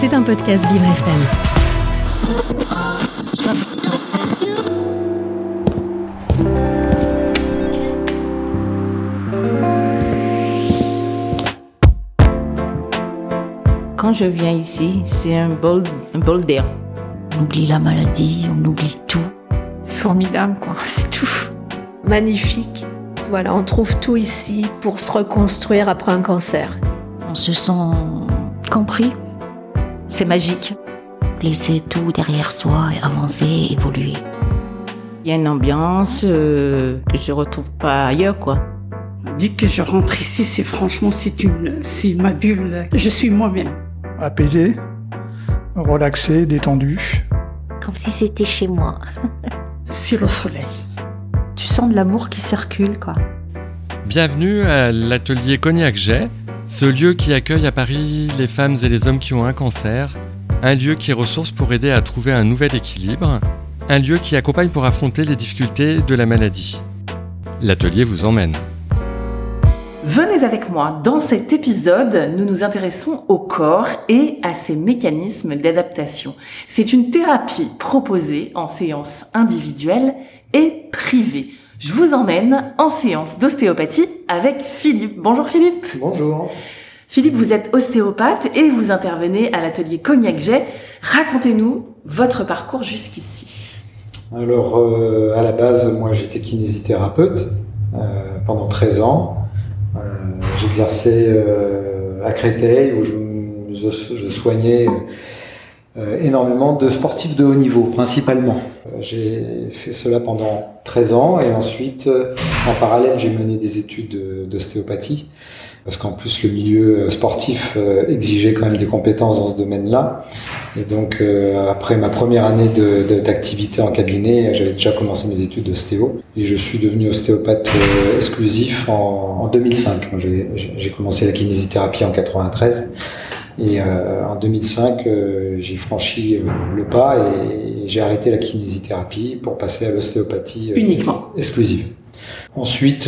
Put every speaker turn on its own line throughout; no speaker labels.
C'est un podcast Vivre FM.
Quand je viens ici, c'est un bol d'air.
On oublie la maladie, on oublie tout.
C'est formidable, quoi, c'est tout.
Magnifique. Voilà, on trouve tout ici pour se reconstruire après un cancer.
On se sent compris. C'est magique. Laisser tout derrière soi et avancer, évoluer.
Il y a une ambiance que je ne retrouve pas ailleurs, quoi.
Dès que je rentre ici, c'est ma bulle. Je suis moi-même.
Apaisé, relaxé, détendu.
Comme si c'était chez moi.
C'est le soleil.
Tu sens de l'amour qui circule, quoi.
Bienvenue à l'atelier Cognac Jet, ce lieu qui accueille à Paris les femmes et les hommes qui ont un cancer, un lieu qui ressource pour aider à trouver un nouvel équilibre, un lieu qui accompagne pour affronter les difficultés de la maladie. L'atelier vous emmène.
Venez avec moi, dans cet épisode, nous nous intéressons au corps et à ses mécanismes d'adaptation. C'est une thérapie proposée en séance individuelle et privée. Je vous emmène en séance d'ostéopathie avec Philippe. Bonjour Philippe.
Bonjour.
Philippe, vous êtes ostéopathe et vous intervenez à l'atelier Cognac Jet. Racontez-nous votre parcours jusqu'ici.
Alors, à la base, moi j'étais kinésithérapeute pendant 13 ans. J'exerçais à Créteil où je soignais énormément de sportifs de haut niveau, principalement. J'ai fait cela pendant 13 ans et ensuite, en parallèle, j'ai mené des études d'ostéopathie parce qu'en plus, le milieu sportif exigeait quand même des compétences dans ce domaine-là. Et donc, après ma première année d'activité en cabinet, j'avais déjà commencé mes études d'ostéo et je suis devenu ostéopathe exclusif en 2005. Moi, j'ai commencé la kinésithérapie en 93. Et en 2005, j'ai franchi le pas et j'ai arrêté la kinésithérapie pour passer à l'ostéopathie
uniquement
exclusive. Ensuite,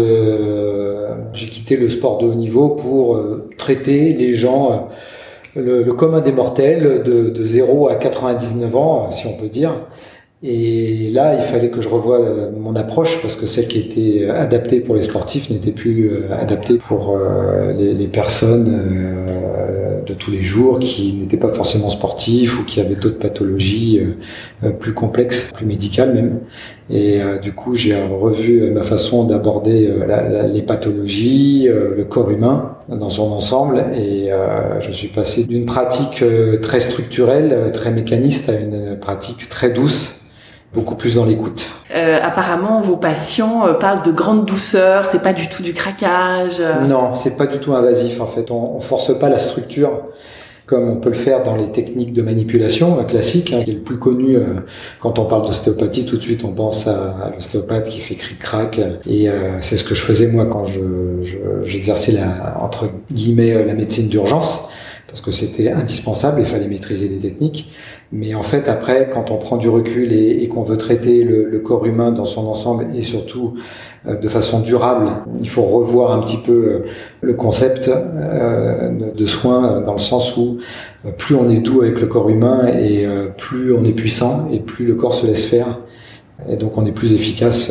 j'ai quitté le sport de haut niveau pour traiter les gens, le commun des mortels, de 0 à 99 ans, si on peut dire. Et là, il fallait que je revoie mon approche parce que celle qui était adaptée pour les sportifs n'était plus adaptée pour les personnes de tous les jours qui n'étaient pas forcément sportifs ou qui avaient d'autres pathologies plus complexes, plus médicales même. Et du coup, j'ai revu ma façon d'aborder les pathologies, le corps humain dans son ensemble et je suis passé d'une pratique très structurelle, très mécaniste à une pratique très douce, beaucoup plus dans l'écoute.
Apparemment, vos patients parlent de grande douceur, c'est pas du tout du craquage.
Non, c'est pas du tout invasif en fait. On force pas la structure comme on peut le faire dans les techniques de manipulation classiques, qui est le plus connu quand on parle d'ostéopathie. Tout de suite, on pense à l'ostéopathe qui fait cric-crac. Et c'est ce que je faisais moi quand j'exerçais entre guillemets la médecine d'urgence, parce que c'était indispensable, il fallait maîtriser les techniques. Mais en fait, après, quand on prend du recul et qu'on veut traiter le corps humain dans son ensemble et surtout de façon durable, il faut revoir un petit peu le concept de soins dans le sens où plus on est doux avec le corps humain et plus on est puissant et plus le corps se laisse faire. Et donc on est plus efficace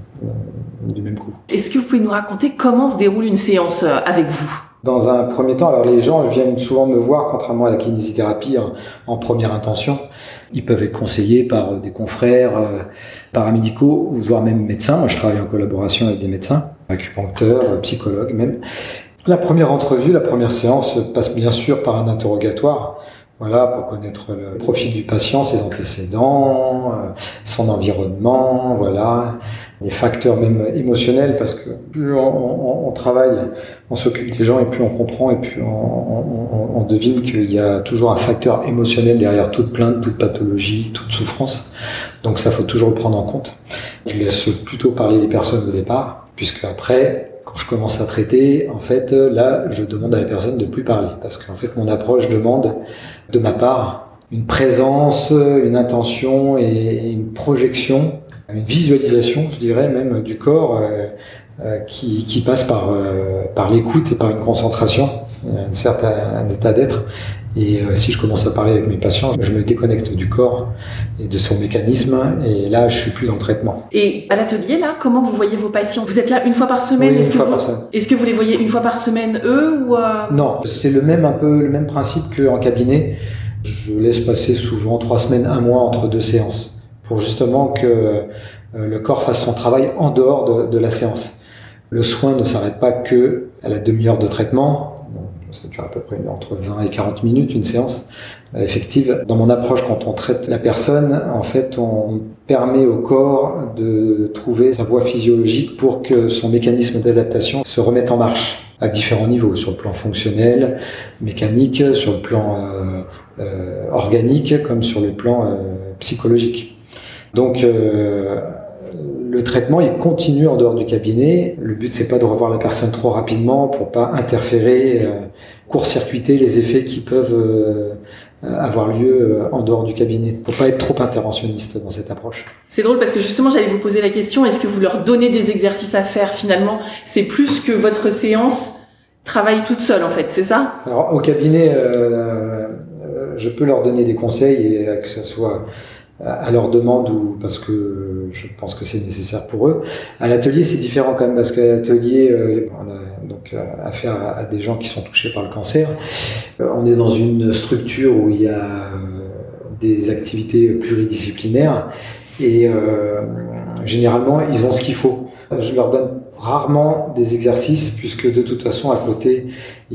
du même coup.
Est-ce que vous pouvez nous raconter comment se déroule une séance avec vous ?
Dans un premier temps, alors les gens viennent souvent me voir, contrairement à la kinésithérapie, en première intention. Ils peuvent être conseillés par des confrères paramédicaux, voire même médecins. Moi, je travaille en collaboration avec des médecins, acupuncteurs, psychologues même. La première entrevue, la première séance passe bien sûr par un interrogatoire. Voilà, pour connaître le profil du patient, ses antécédents, son environnement, voilà, les facteurs même émotionnels, parce que plus on travaille, on s'occupe des gens et plus on comprend et plus on devine qu'il y a toujours un facteur émotionnel derrière toute plainte, toute pathologie, toute souffrance. Donc ça, faut toujours le prendre en compte. Je laisse plutôt parler les personnes au départ, puisque après, quand je commence à traiter, en fait, là, je demande à la personne de plus parler, parce qu'en fait, mon approche demande de ma part une présence, une intention et une projection, une visualisation, je dirais même, du corps qui passe par l'écoute et par une concentration, un état d'être. Et si je commence à parler avec mes patients, je me déconnecte du corps et de son mécanisme, et là, je suis plus dans le traitement.
Et à l'atelier, là, comment vous voyez vos patients? Vous êtes là une fois par semaine?
Oui, une fois par semaine.
Est-ce que vous les voyez une fois par semaine, eux, ou
Non, c'est un peu le même principe qu'en cabinet. Je laisse passer souvent 3 semaines, 1 mois entre 2 séances, pour justement que le corps fasse son travail en dehors de la séance. Le soin ne s'arrête pas que à la demi-heure de traitement. Ça dure à peu près entre 20 et 40 minutes, une séance effective. Dans mon approche, quand on traite la personne, en fait, on permet au corps de trouver sa voie physiologique pour que son mécanisme d'adaptation se remette en marche à différents niveaux, sur le plan fonctionnel, mécanique, sur le plan organique, comme sur le plan psychologique. Donc, le traitement, il continue en dehors du cabinet. Le but, c'est pas de revoir la personne trop rapidement pour pas interférer, court-circuiter les effets qui peuvent avoir lieu en dehors du cabinet. Faut pas être trop interventionniste dans cette approche.
C'est drôle parce que justement, j'allais vous poser la question, est-ce que vous leur donnez des exercices à faire finalement? C'est plus que votre séance travaille toute seule en fait, c'est ça?
Alors, au cabinet, je peux leur donner des conseils, et que ce soit à leur demande ou parce que je pense que c'est nécessaire pour eux. À l'atelier, c'est différent quand même, parce qu'à l'atelier, on a donc affaire à des gens qui sont touchés par le cancer. On est dans une structure où il y a des activités pluridisciplinaires, et généralement, ils ont ce qu'il faut. Je leur donne rarement des exercices, puisque de toute façon, à côté,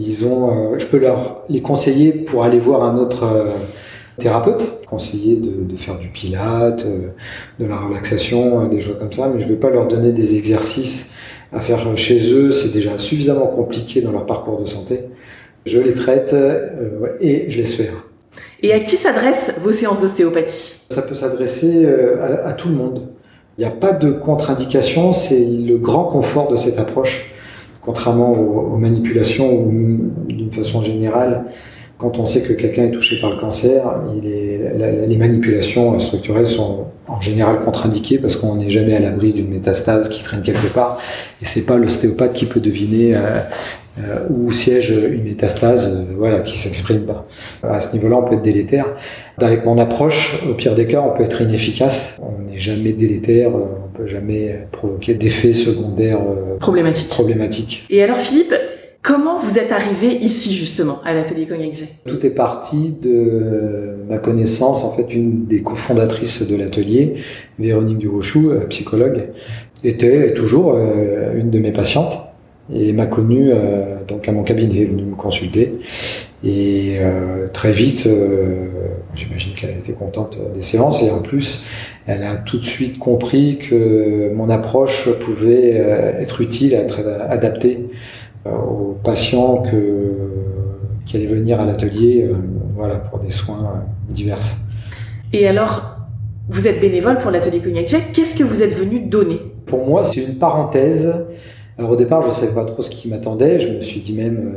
je peux les conseiller pour aller voir un autre thérapeute, conseiller de faire du pilate, de la relaxation, des choses comme ça, mais je ne vais pas leur donner des exercices à faire chez eux, c'est déjà suffisamment compliqué dans leur parcours de santé. Je les traite et je laisse faire.
Et à qui s'adressent vos séances d'ostéopathie?
Ça peut s'adresser à tout le monde. Il n'y a pas de contre-indication, c'est le grand confort de cette approche, contrairement aux manipulations où, d'une façon générale, quand on sait que quelqu'un est touché par le cancer, les manipulations structurelles sont en général contre-indiquées parce qu'on n'est jamais à l'abri d'une métastase qui traîne quelque part, et c'est pas l'ostéopathe qui peut deviner où siège une métastase qui s'exprime pas. À ce niveau-là, on peut être délétère. Avec mon approche, au pire des cas, on peut être inefficace. On n'est jamais délétère, on peut jamais provoquer d'effets secondaires problématiques.
Et alors Philippe, comment vous êtes arrivé ici justement à l'atelier Cognac-J?
Tout est parti de ma connaissance, en fait, une des cofondatrices de l'atelier, Véronique Durochou, psychologue, était toujours une de mes patientes et m'a connue donc à mon cabinet, est venue me consulter, et très vite, j'imagine qu'elle était contente des séances, et en plus elle a tout de suite compris que mon approche pouvait être utile, être adaptée aux patients qui allaient venir à l'atelier pour des soins divers.
Et alors, vous êtes bénévole pour l'atelier Cognac-J, qu'est-ce que vous êtes venu donner?
Pour moi, c'est une parenthèse. Alors au départ, je ne savais pas trop ce qui m'attendait, je me suis dit même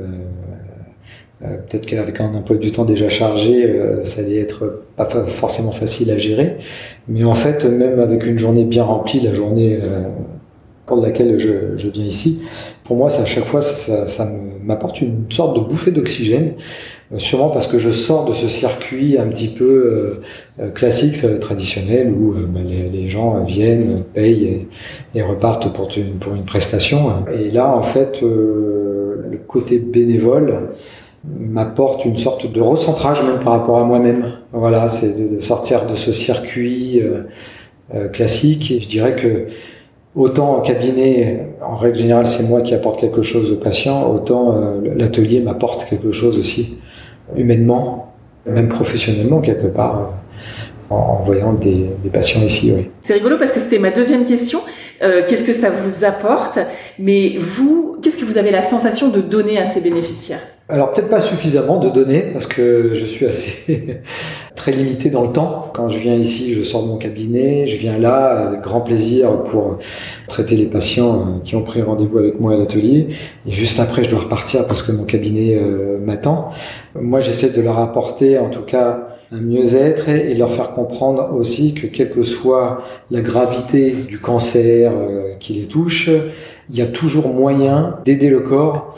peut-être qu'avec un emploi du temps déjà chargé, ça allait être pas forcément facile à gérer, mais en fait, même avec une journée bien remplie, la journée pour laquelle je viens ici, pour moi, à chaque fois, ça m'apporte une sorte de bouffée d'oxygène, sûrement parce que je sors de ce circuit un petit peu classique, traditionnel, où les gens viennent, payent et repartent pour une prestation. Et là, en fait, le côté bénévole m'apporte une sorte de recentrage même par rapport à moi-même. Voilà, c'est de sortir de ce circuit classique. Et je dirais que autant en cabinet, en règle générale, c'est moi qui apporte quelque chose aux patients, autant l'atelier m'apporte quelque chose aussi, humainement, même professionnellement quelque part, en voyant des patients ici. Oui.
C'est rigolo parce que c'était ma deuxième question. Qu'est-ce que ça vous apporte? Mais vous, qu'est-ce que vous avez la sensation de donner à ces bénéficiaires?
Alors peut-être pas suffisamment de donner, parce que je suis assez très limité dans le temps. Quand je viens ici, je sors de mon cabinet, je viens là avec grand plaisir pour traiter les patients qui ont pris rendez-vous avec moi à l'atelier. Et juste après, je dois repartir parce que mon cabinet m'attend. Moi, j'essaie de leur apporter en tout cas un mieux-être et leur faire comprendre aussi que quelle que soit la gravité du cancer qui les touche, il y a toujours moyen d'aider le corps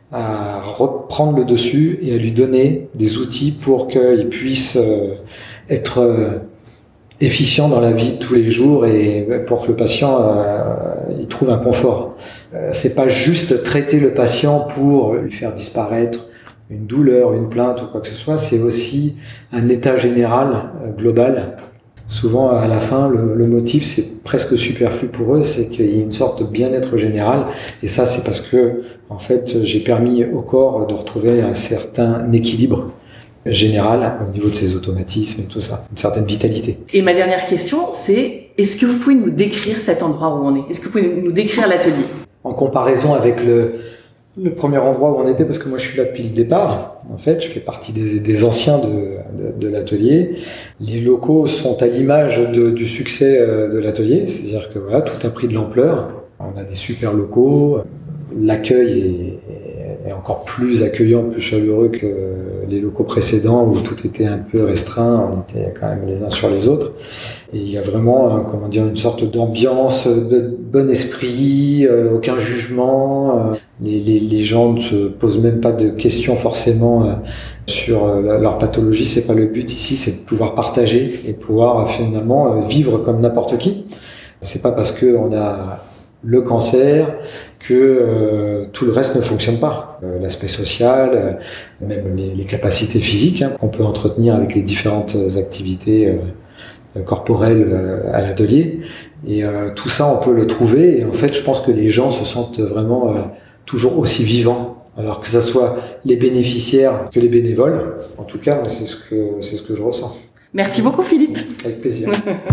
à reprendre le dessus et à lui donner des outils pour qu'il puisse être efficient dans la vie de tous les jours et pour que le patient il trouve un confort. C'est pas juste traiter le patient pour lui faire disparaître une douleur, une plainte ou quoi que ce soit, c'est aussi un état général global. Souvent, à la fin, le motif, c'est presque superflu pour eux, c'est qu'il y ait une sorte de bien-être général. Et ça, c'est parce que, en fait, j'ai permis au corps de retrouver un certain équilibre général au niveau de ses automatismes et tout ça, une certaine vitalité.
Et ma dernière question, c'est est-ce que vous pouvez nous décrire cet endroit où on est? Est-ce que vous pouvez nous décrire l'atelier? En
comparaison avec le premier endroit où on était, parce que moi je suis là depuis le départ, en fait, je fais partie des anciens de l'atelier. Les locaux sont à l'image du succès de l'atelier, c'est-à-dire que voilà, tout a pris de l'ampleur. On a des super locaux, l'accueil est encore plus accueillant, plus chaleureux que les locaux précédents où tout était un peu restreint, on était quand même les uns sur les autres. Et il y a vraiment, une sorte d'ambiance, de bon esprit, aucun jugement. Les gens ne se posent même pas de questions forcément sur leur pathologie. C'est pas le but ici, c'est de pouvoir partager et pouvoir finalement vivre comme n'importe qui. C'est pas parce que on a le cancer que tout le reste ne fonctionne pas. L'aspect social, même les capacités physiques qu'on peut entretenir avec les différentes activités corporelles à l'atelier. Et tout ça, on peut le trouver. Et en fait, je pense que les gens se sentent vraiment toujours aussi vivants. Alors que ça soit les bénéficiaires que les bénévoles. En tout cas, c'est ce que je ressens.
Merci beaucoup, Philippe.
Avec plaisir.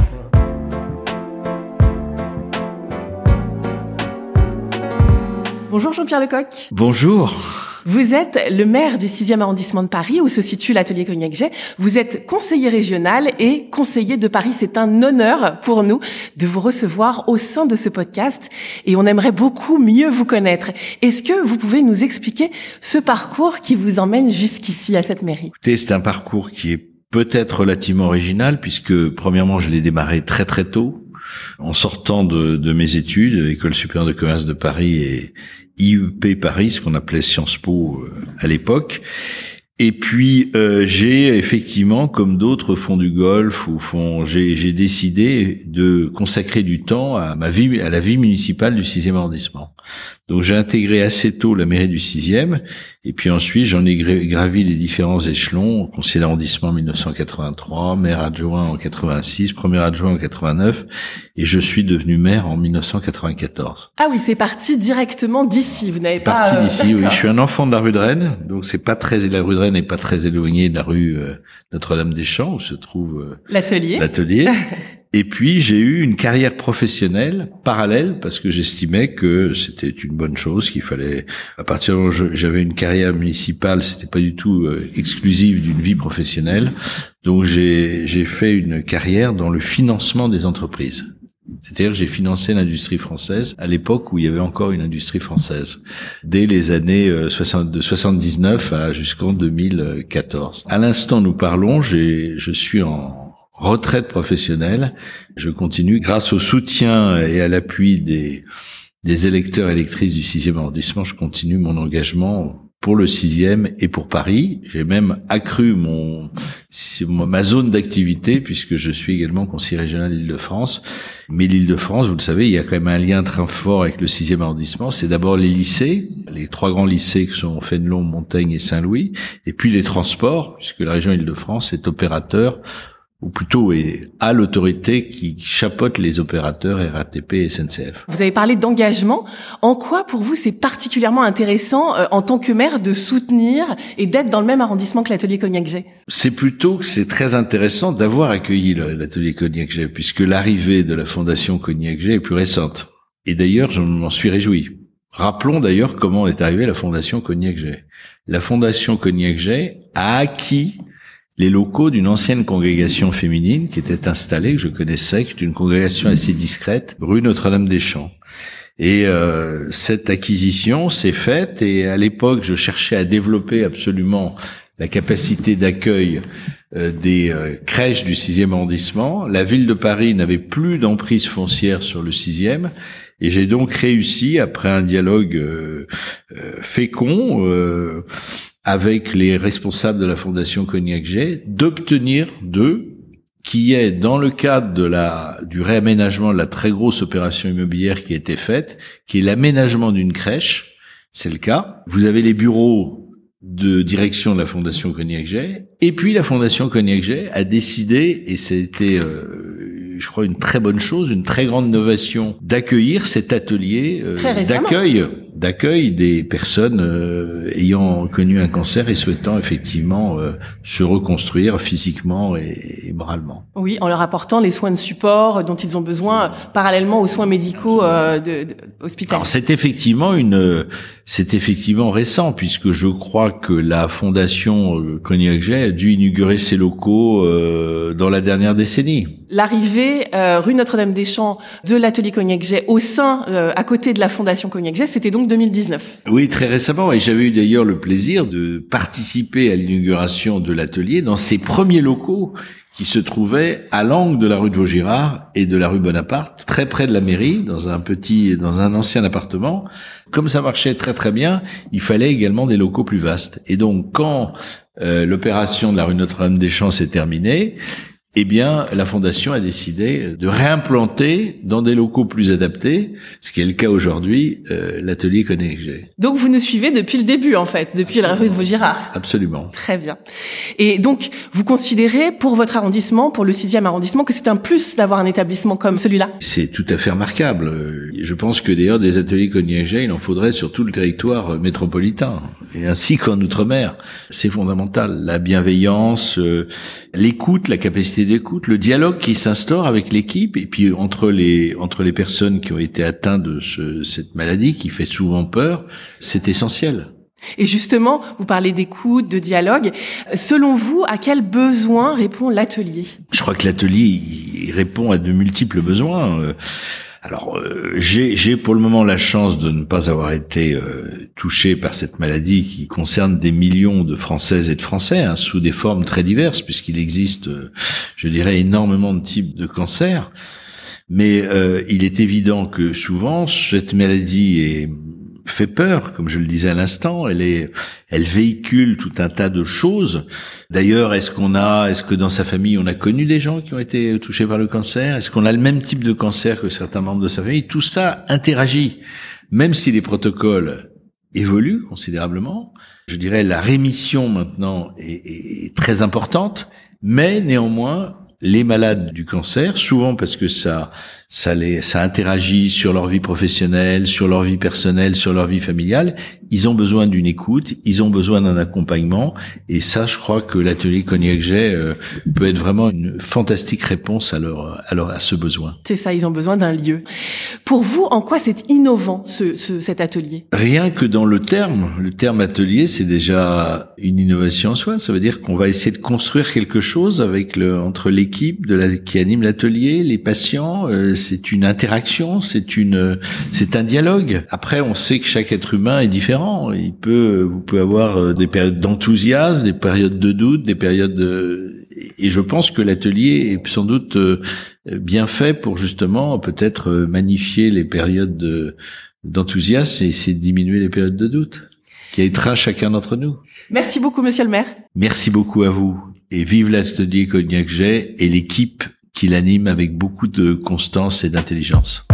Bonjour Jean-Pierre Lecoq.
Bonjour.
Vous êtes le maire du 6e arrondissement de Paris où se situe l'atelier Cognac-J. Vous êtes conseiller régional et conseiller de Paris. C'est un honneur pour nous de vous recevoir au sein de ce podcast et on aimerait beaucoup mieux vous connaître. Est-ce que vous pouvez nous expliquer ce parcours qui vous emmène jusqu'ici à cette mairie?
Écoutez, c'est un parcours qui est peut-être relativement original puisque premièrement je l'ai démarré très très tôt en sortant de mes études, École supérieure de commerce de Paris et IUP Paris, ce qu'on appelait Sciences Po à l'époque. Et puis j'ai effectivement, comme d'autres font du golf j'ai décidé de consacrer du temps à la vie municipale du 6e arrondissement. Donc j'ai intégré assez tôt la mairie du 6e et puis ensuite j'en ai gravi les différents échelons, conseiller d'arrondissement en 1983, maire adjoint en 86, premier adjoint en 89 et je suis devenu maire en 1994.
Ah oui, c'est parti directement d'ici, vous n'avez pas...
Parti d'ici, oui. Je suis un enfant de la rue de Rennes, donc la rue de Rennes n'est pas très éloignée de la rue Notre-Dame-des-Champs où se trouve l'atelier. Et puis, j'ai eu une carrière professionnelle parallèle parce que j'estimais que c'était une bonne chose, qu'il fallait, à partir du moment où j'avais une carrière municipale, c'était pas du tout exclusive d'une vie professionnelle. Donc, j'ai fait une carrière dans le financement des entreprises. C'est-à-dire que j'ai financé l'industrie française à l'époque où il y avait encore une industrie française, dès les années de 79 jusqu'en 2014. À l'instant où nous parlons, je suis en retraite professionnelle. Je continue, grâce au soutien et à l'appui des électeurs et électrices du 6e arrondissement, je continue mon engagement pour le 6e et pour Paris. J'ai même accru ma zone d'activité puisque je suis également conseiller régional d'Île-de-France. Mais l'Île-de-France, vous le savez, il y a quand même un lien très fort avec le 6e arrondissement. C'est d'abord les lycées, les 3 grands lycées qui sont Fénelon, Montaigne et Saint-Louis, et puis les transports, puisque la région Île-de-France est opérateur ou plutôt à l'autorité qui chapeaute les opérateurs RATP et SNCF.
Vous avez parlé d'engagement. En quoi, pour vous, c'est particulièrement intéressant en tant que maire de soutenir et d'être dans le même arrondissement que l'atelier Cognac-J?
C'est plutôt que c'est très intéressant d'avoir accueilli l'atelier Cognac-J, puisque l'arrivée de la fondation Cognac-J est plus récente. Et d'ailleurs, je m'en suis réjoui. Rappelons d'ailleurs comment est arrivée la fondation Cognac-J. La fondation Cognac-J a acquis les locaux d'une ancienne congrégation féminine qui était installée, que je connaissais, qui est une congrégation assez discrète, rue Notre-Dame-des-Champs. Et cette acquisition s'est faite, et à l'époque, je cherchais à développer absolument la capacité d'accueil des crèches du 6e arrondissement. La ville de Paris n'avait plus d'emprise foncière sur le 6e, Et j'ai donc réussi, après un dialogue fécond avec les responsables de la Fondation Cognac-Jay, d'obtenir d'eux qu'il y ait, dans le cadre du réaménagement de la très grosse opération immobilière qui a été faite, qui est l'aménagement d'une crèche. C'est le cas. Vous avez les bureaux de direction de la Fondation Cognac-Jay, et puis la Fondation Cognac-Jay a décidé, et c'était je crois une très bonne chose, une très grande innovation, d'accueillir cet atelier d'accueil des personnes ayant connu un cancer et souhaitant effectivement se reconstruire physiquement et moralement.
Oui, en leur apportant les soins de support dont ils ont besoin parallèlement aux soins médicaux hospitaliers.
Alors c'est effectivement récent, puisque je crois que la Fondation Cognac-Jay a dû inaugurer ses locaux dans la dernière décennie.
L'arrivée rue Notre-Dame-des-Champs de l'atelier Cognac-Jay au sein, à côté de la Fondation Cognac-Jay, c'était donc 2019.
Oui, très récemment, et j'avais eu d'ailleurs le plaisir de participer à l'inauguration de l'atelier dans ses premiers locaux qui se trouvaient à l'angle de la rue de Vaugirard et de la rue Bonaparte, très près de la mairie, dans un ancien appartement. Comme ça marchait très très bien, il fallait également des locaux plus vastes. Et donc, quand l'opération de la rue Notre-Dame-des-Champs s'est terminée, eh bien, la Fondation a décidé de réimplanter dans des locaux plus adaptés, ce qui est le cas aujourd'hui, l'atelier Cognac-Jay.
Donc, vous nous suivez depuis le début, en fait, depuis la rue de Vaugirard.
Absolument.
Très bien. Et donc, vous considérez, pour votre arrondissement, pour le 6e arrondissement, que c'est un plus d'avoir un établissement comme celui-là?
C'est tout à fait remarquable. Je pense que d'ailleurs, des ateliers Cognac-Jay, il en faudrait sur tout le territoire métropolitain, et ainsi qu'en Outre-mer. C'est fondamental. La bienveillance, l'écoute, la capacité d'écoute, le dialogue qui s'instaure avec l'équipe, et puis entre les personnes qui ont été atteintes de cette maladie qui fait souvent peur, c'est essentiel.
Et justement, vous parlez d'écoute, de dialogue. Selon vous, à quel besoin répond l'atelier?
Je crois que l'atelier il répond à de multiples besoins. Alors, j'ai pour le moment la chance de ne pas avoir été touché par cette maladie qui concerne des millions de Françaises et de Français, sous des formes très diverses, puisqu'il existe, je dirais, énormément de types de cancers. Mais il est évident que souvent, cette maladie fait peur, comme je le disais à l'instant. Elle véhicule tout un tas de choses. D'ailleurs, est-ce que dans sa famille on a connu des gens qui ont été touchés par le cancer? Est-ce qu'on a le même type de cancer que certains membres de sa famille? Tout ça interagit. Même si les protocoles évoluent considérablement, je dirais la rémission maintenant est très importante, mais néanmoins, les malades du cancer, souvent parce que ça interagit sur leur vie professionnelle, sur leur vie personnelle, sur leur vie familiale, ils ont besoin d'une écoute, ils ont besoin d'un accompagnement, et ça, je crois que l'atelier Cognac-Jay peut être vraiment une fantastique réponse à ce besoin.
C'est ça, ils ont besoin d'un lieu. Pour vous, en quoi c'est innovant cet atelier? Rien
que dans le terme atelier, c'est déjà une innovation en soi. Ça veut dire qu'on va essayer de construire quelque chose entre l'équipe qui anime l'atelier, les patients. C'est une interaction, c'est un dialogue. Après, on sait que chaque être humain est différent. Vous pouvez avoir des périodes d'enthousiasme, des périodes de doute, des périodes et je pense que l'atelier est sans doute bien fait pour justement peut-être magnifier les périodes d'enthousiasme et essayer de diminuer les périodes de doute qui étreint chacun d'entre nous.
Merci beaucoup, monsieur le maire.
Merci beaucoup à vous. Et vive l'atelier Cognac-Jay et l'équipe qui l'anime avec beaucoup de constance et d'intelligence.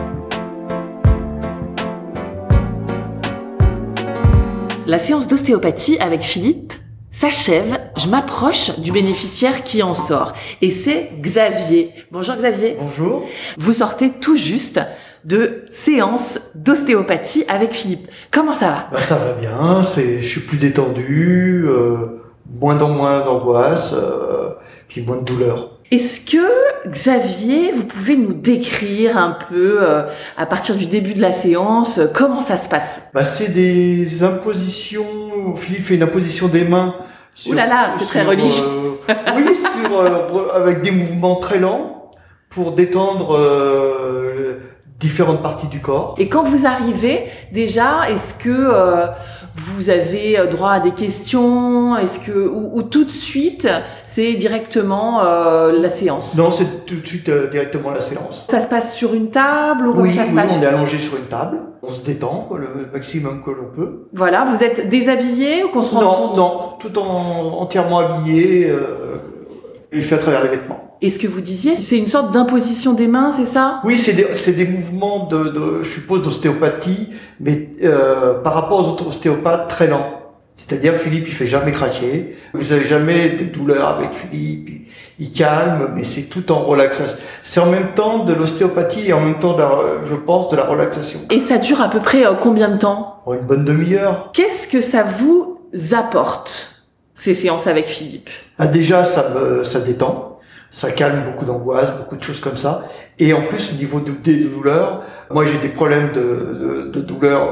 La séance d'ostéopathie avec Philippe s'achève. Je m'approche du bénéficiaire qui en sort. Et c'est Xavier. Bonjour Xavier.
Bonjour.
Vous sortez tout juste de séance d'ostéopathie avec Philippe. Comment ça va?
Ça va bien, je suis plus détendu, moins d'angoisse, puis moins de douleur.
Est-ce que, Xavier, vous pouvez nous décrire un peu, à partir du début de la séance, comment ça se passe?
C'est des impositions. Philippe fait une imposition des mains.
Ouh là là, c'est très religieux.
Oui, avec des mouvements très lents pour détendre différentes parties du corps.
Et quand vous arrivez, déjà, est-ce que vous avez droit à des questions? Est-ce que ou tout de suite c'est directement la séance?
Non, c'est tout de suite directement la séance.
Ça se passe sur une table ou
oui,
comment ça se passe?
On est allongé sur une table, on se détend le maximum que l'on peut.
Voilà, vous êtes déshabillé ou qu'on se rend compte?
Non, tout entièrement habillé et fait à travers les vêtements.
Et ce que vous disiez, c'est une sorte d'imposition des mains, c'est ça?
Oui, c'est des mouvements je suppose, d'ostéopathie, mais par rapport aux autres ostéopathes, très lents. C'est-à-dire, Philippe, il fait jamais craquer. Vous avez jamais des douleurs avec Philippe. Il calme, mais c'est tout en relaxation. C'est en même temps de l'ostéopathie et en même temps, je pense, de la relaxation.
Et ça dure à peu près combien de temps?
Une bonne demi-heure.
Qu'est-ce que ça vous apporte, ces séances avec Philippe?
Déjà, ça détend. Ça calme beaucoup d'angoisse, beaucoup de choses comme ça. Et en plus, au niveau des douleurs, moi j'ai des problèmes de douleurs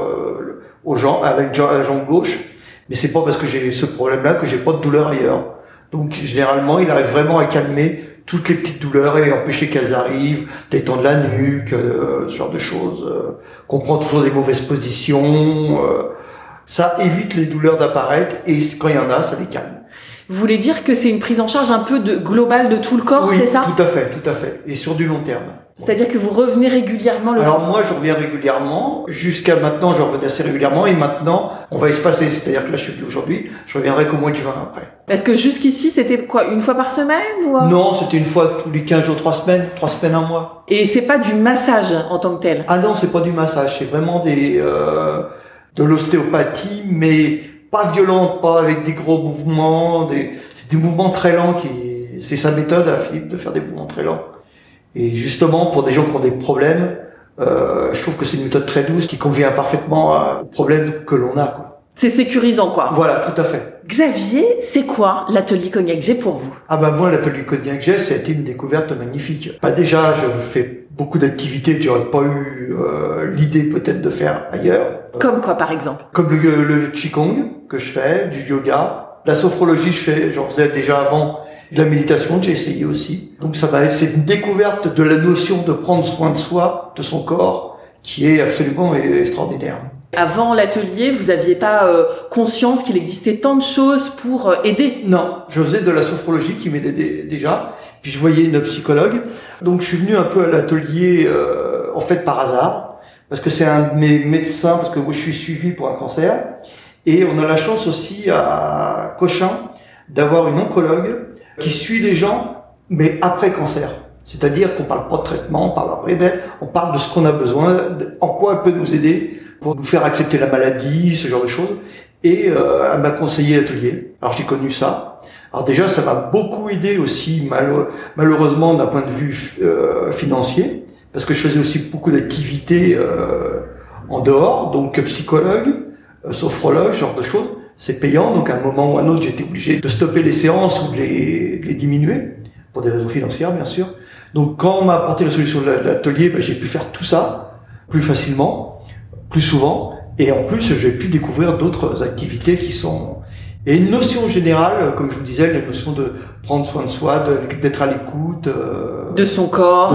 à la jambe gauche, mais c'est pas parce que j'ai ce problème-là que j'ai pas de douleur ailleurs. Donc généralement, il arrive vraiment à calmer toutes les petites douleurs et empêcher qu'elles arrivent, détendre la nuque, ce genre de choses. Qu'on prend toujours des mauvaises positions. Ça évite les douleurs d'apparaître et quand il y en a, ça les calme.
Vous voulez dire que c'est une prise en charge un peu globale de tout le corps,
oui,
c'est ça?
Tout à fait. Et sur du long terme.
C'est-à-dire que vous revenez régulièrement
Alors moi, je reviens régulièrement. Jusqu'à maintenant, je revenais assez régulièrement. Et maintenant, on va espacer. C'est-à-dire que là, je suis plus aujourd'hui. Je reviendrai qu'au mois de juin après.
Parce que jusqu'ici, c'était quoi? Une fois par semaine ou...
Non, c'était une fois tous les 15 jours, 3 semaines, un mois.
Et c'est pas du massage en tant que tel?
Ah non, c'est pas du massage. C'est vraiment de l'ostéopathie, mais pas violente, pas avec des gros mouvements. C'est des mouvements très lents c'est sa méthode à Philippe de faire des mouvements très lents. Et justement, pour des gens qui ont des problèmes, je trouve que c'est une méthode très douce qui convient parfaitement aux problèmes que l'on a, quoi.
C'est sécurisant, quoi.
Voilà, tout à fait.
Xavier, c'est quoi l'atelier Cognac G pour vous?
Moi, l'atelier Cognac G, ça a été une découverte magnifique. Déjà, je fais beaucoup d'activités que j'aurais pas eu l'idée peut-être de faire ailleurs.
Comme quoi, par exemple?
Comme le Qigong que je fais, du yoga. La sophrologie, j'en faisais déjà avant. De la méditation, j'ai essayé aussi. Donc c'est une découverte de la notion de prendre soin de soi, de son corps, qui est absolument extraordinaire.
Avant l'atelier, vous aviez pas conscience qu'il existait tant de choses pour aider?
Non, je faisais de la sophrologie qui m'aidait déjà. Puis je voyais une psychologue. Donc je suis venu un peu à l'atelier en fait par hasard, parce que c'est un de mes médecins, parce que moi je suis suivi pour un cancer. Et on a la chance aussi à Cochin d'avoir une oncologue qui suit les gens, mais après cancer. C'est-à-dire qu'on parle pas de traitement, on parle d'elle, on parle de ce qu'on a besoin, en quoi elle peut nous aider pour nous faire accepter la maladie, ce genre de choses. Et elle m'a conseillé l'atelier. Alors j'ai connu ça. Alors déjà, ça m'a beaucoup aidé aussi, malheureusement, d'un point de vue financier, parce que je faisais aussi beaucoup d'activités en dehors, donc psychologue, sophrologue, ce genre de choses. C'est payant, donc à un moment ou à un autre, j'étais obligé de stopper les séances ou de les diminuer, pour des raisons financières, bien sûr. Donc quand on m'a apporté la solution de l'atelier, j'ai pu faire tout ça plus facilement, plus souvent, et en plus, j'ai pu découvrir d'autres activités qui sont... Et une notion générale, comme je vous disais, la notion de prendre soin de soi, d'être à l'écoute...
de son corps.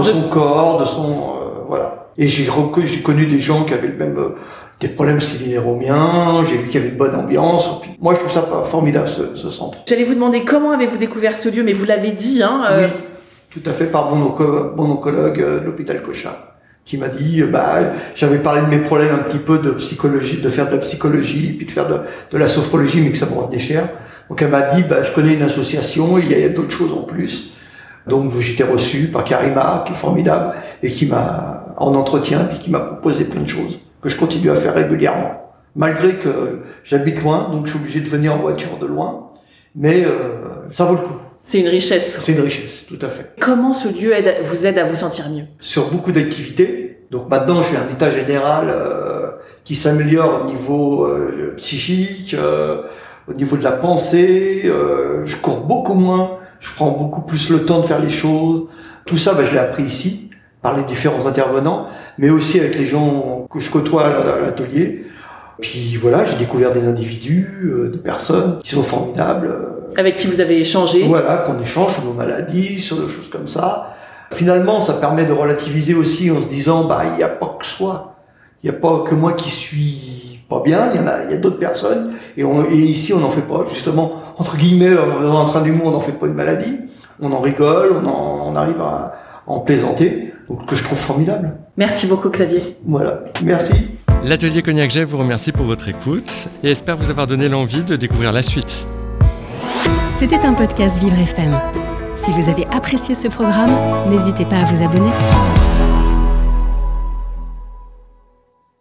Voilà. Et j'ai connu des gens qui avaient le même... des problèmes similaires aux miens, j'ai vu qu'il y avait une bonne ambiance. Puis moi, je trouve ça formidable, ce centre.
J'allais vous demander comment avez-vous découvert ce lieu, mais vous l'avez dit, hein.
Oui, tout à fait, par mon oncologue de l'hôpital Cochin, qui m'a dit, j'avais parlé de mes problèmes un petit peu de psychologie, de faire de la psychologie, puis de faire de la sophrologie, mais que ça me revenait cher. Donc elle m'a dit, je connais une association, il y a d'autres choses en plus. Donc j'étais reçu par Karima, qui est formidable, et qui m'a, en entretien, puis qui m'a proposé plein de choses que je continue à faire régulièrement. Malgré que j'habite loin, donc je suis obligé de venir en voiture de loin, mais ça vaut le coup.
C'est une richesse.
C'est une richesse, tout à fait.
Comment ce lieu vous aide à vous sentir mieux?
Sur beaucoup d'activités. Donc maintenant, j'ai un état général qui s'améliore au niveau psychique, au niveau de la pensée. Je cours beaucoup moins, je prends beaucoup plus le temps de faire les choses. Tout ça, je l'ai appris ici, par les différents intervenants, mais aussi avec les gens que je côtoie à l'atelier. Puis voilà, j'ai découvert des individus, des personnes qui sont formidables.
Avec qui vous avez échangé.
Voilà, qu'on échange sur nos maladies, sur des choses comme ça. Finalement, ça permet de relativiser aussi en se disant, il n'y a pas que soi. Il n'y a pas que moi qui suis pas bien, il y a d'autres personnes, et ici on n'en fait pas, justement, entre guillemets, en train d'humour, on n'en fait pas une maladie, on en rigole, on arrive à en plaisanter, donc que je trouve formidable.
Merci beaucoup Xavier.
Voilà, merci.
L'Atelier Cognac Jet vous remercie pour votre écoute et espère vous avoir donné l'envie de découvrir la suite.
C'était un podcast Vivre FM. Si vous avez apprécié ce programme, n'hésitez pas à vous abonner.